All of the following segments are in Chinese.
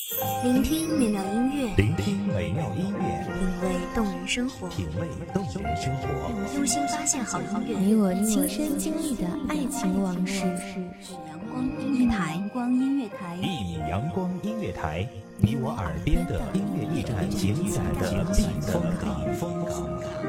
聆听美妙音乐， 聆听美妙音乐， 品味动人生活，用心发现好音乐， 你我亲身经历的爱情往事。 阳光音乐台一米阳光音乐台，你我耳边的音乐驿站，情感的避风港。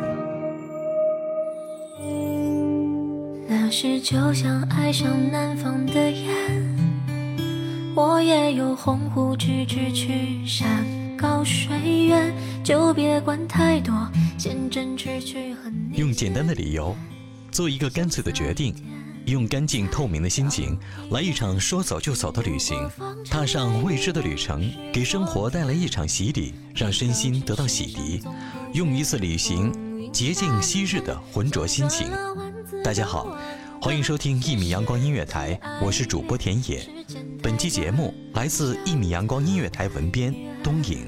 那时就像爱上南方的雁，我也有鸿鹄志志去山高水远，就别管太多，先真挚去恨你。 用简单的理由做一个干脆的决定，用干净透明的心情来一场说走就走的旅行，踏上未知的旅程，给生活带来一场洗礼，让身心得到洗涤，用一次旅行洁净昔日的浑浊心情。大家好，欢迎收听一米阳光音乐台，我是主播田野。本期节目来自一米阳光音乐台文编东影。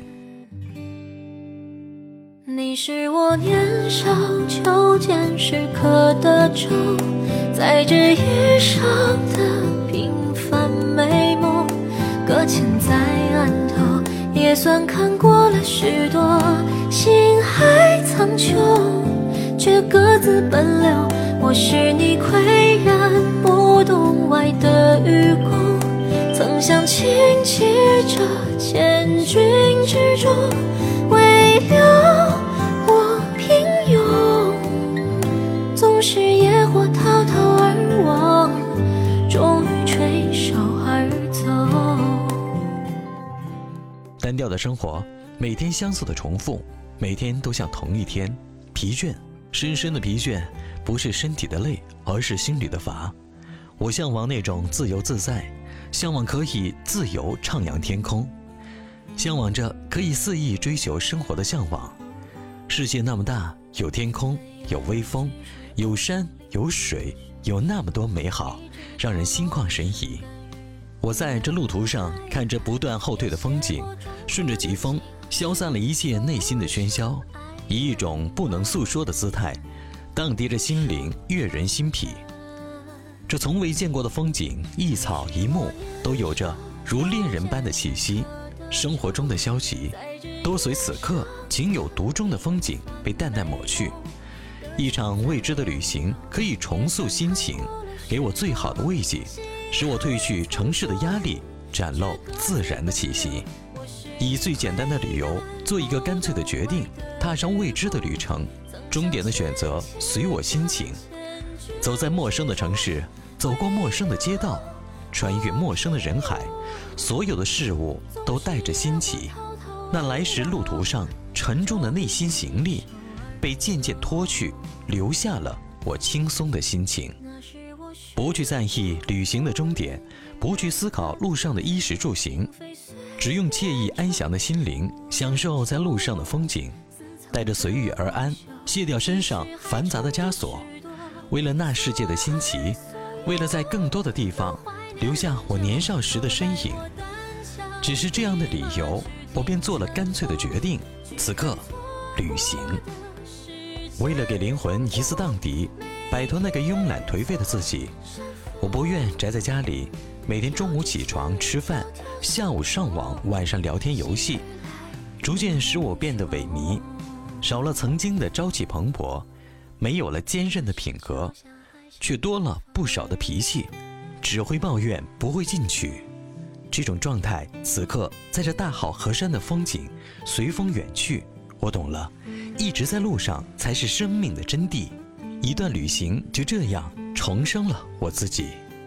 你是我年少求见时刻的舟，在这夜上的平凡美梦，搁浅在岸头，也算看过了许多心海苍穹，却各自奔流。我是你岿然不动外的愚公，曾想轻骑着千军之中，唯留我平庸，总是野火滔滔而往，终于垂手而走。 单调的生活，每天相似的重复，每天都像同一天，疲倦，深深的疲倦，不是身体的累，而是心里的乏。我向往那种自由自在，向往可以自由徜徉天空，向往着可以肆意追求生活的向往。世界那么大，有天空，有微风，有山，有水，有那么多美好，让人心旷神怡。我在这路途上看着不断后退的风景，顺着疾风消散了一切内心的喧嚣，以一种不能诉说的姿态荡涤着心灵，悦人心脾。这从未见过的风景，一草一木都有着如恋人般的气息。生活中的消极都随此刻情有独钟的风景被淡淡抹去。一场未知的旅行可以重塑心情，给我最好的慰藉，使我褪去城市的压力，展露自然的气息。以最简单的理由做一个干脆的决定，踏上未知的旅程，终点的选择随我心情。走在陌生的城市，走过陌生的街道，穿越陌生的人海，所有的事物都带着新奇。那来时路途上沉重的内心行李被渐渐脱去，留下了我轻松的心情。不去在意旅行的终点，不去思考路上的衣食住行，只用惬意安详的心灵享受在路上的风景，带着随遇而安，卸掉身上繁杂的枷锁。为了那世界的新奇，为了在更多的地方留下我年少时的身影，只是这样的理由，我便做了干脆的决定。此刻旅行，为了给灵魂一次荡涤，摆脱那个慵懒颓废的自己，我不愿宅在家里，每天中午起床吃饭，下午上网，晚上聊天游戏，逐渐使我变得萎靡，少了曾经的朝气蓬勃，没有了坚韧的品格，却多了不少的脾气，只会抱怨不会进取。这种状态此刻在这大好河山的风景随风远去，我懂了，一直在路上才是生命的真谛。一段旅行就这样重生了我自己。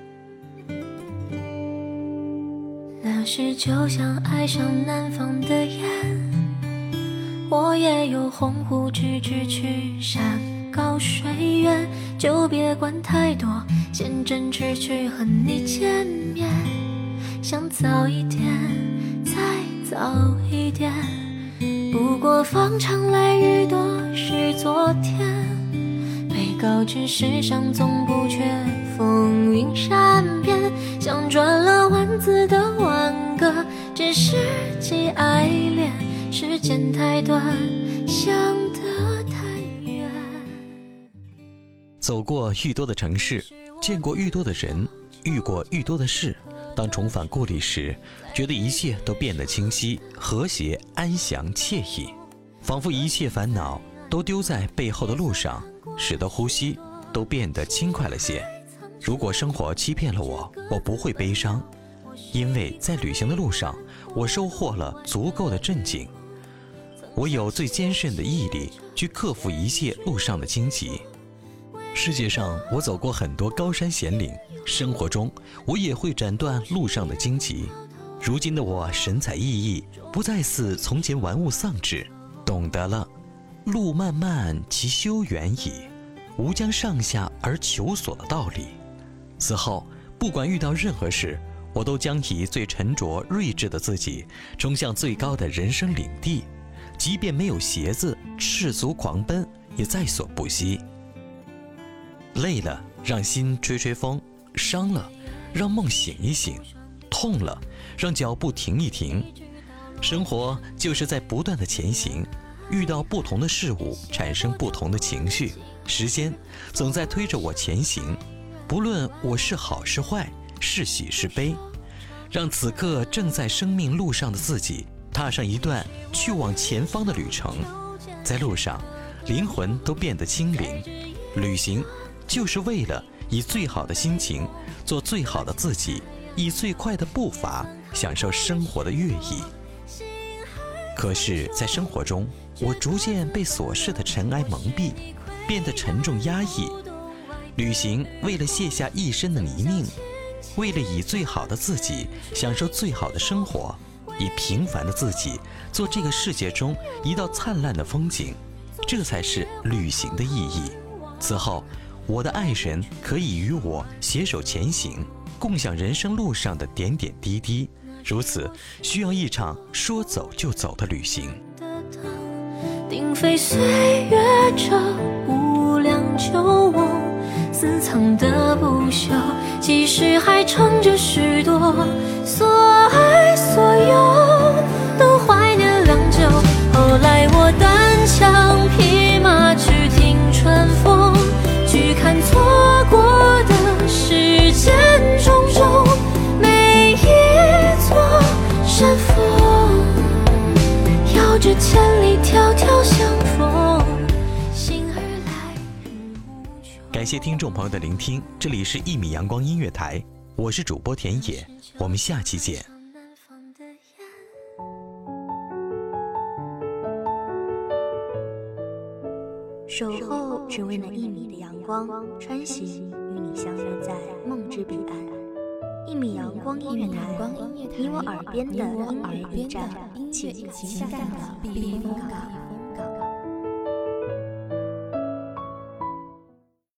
那时就像爱上南方的雁，我也有鸿鹄志志去山高水远，就别管太多，先真挚去和你见面。想早一点，再早一点，不过方长来日多是昨天。被告知世上总不缺风云善变，像转了弯子的挽歌，只是既爱恋，时间太短，想得太远。 走过愈多的城市，见过愈多的人，遇过愈多的事， 当重返故里时，觉得一切都变得清晰、和谐、安详、惬意，仿佛一切烦恼都丢在背后的路上，使得呼吸都变得轻快了些。如果生活欺骗了我，我不会悲伤，因为在旅行的路上，我收获了足够的镇静。我有最坚韧的毅力去克服一切路上的荆棘。世界上我走过很多高山险岭，生活中我也会斩断路上的荆棘。如今的我神采奕奕，不再似从前玩物丧志，懂得了路漫漫其修远矣，吾将上下而求索的道理。此后不管遇到任何事，我都将以最沉着睿智的自己冲向最高的人生领地，即便没有鞋子，赤足狂奔也在所不惜。累了让心吹吹风，伤了让梦醒一醒，痛了让脚步停一停。生活就是在不断的前行，遇到不同的事物产生不同的情绪，时间总在推着我前行，不论我是好是坏，是喜是悲，让此刻正在生命路上的自己踏上一段去往前方的旅程。在路上灵魂都变得清灵，旅行就是为了以最好的心情做最好的自己，以最快的步伐享受生活的乐意。可是在生活中，我逐渐被琐事的尘埃蒙蔽，变得沉重压抑。旅行为了卸下一身的泥泞，为了以最好的自己享受最好的生活，以平凡的自己做这个世界中一道灿烂的风景，这才是旅行的意义。此后我的爱人可以与我携手前行，共享人生路上的点点滴滴，如此需要一场说走就走的旅行。 定非岁月这无量旧梦，私藏的不朽，其实还藏着许多所爱所有，都怀念良久。后来我单枪匹马去听春风，去看错过的世间种种，每一座山峰遥指千里，迢迢相逢，心儿来日无穷。 感谢听众朋友的聆听，这里是1米阳光音乐台，我是主播田野，我们下期见。 守候只为那1米的阳光，穿行与你相约在梦之彼岸。1米阳光音乐台，你我耳边的音乐驿站，情感的避风港。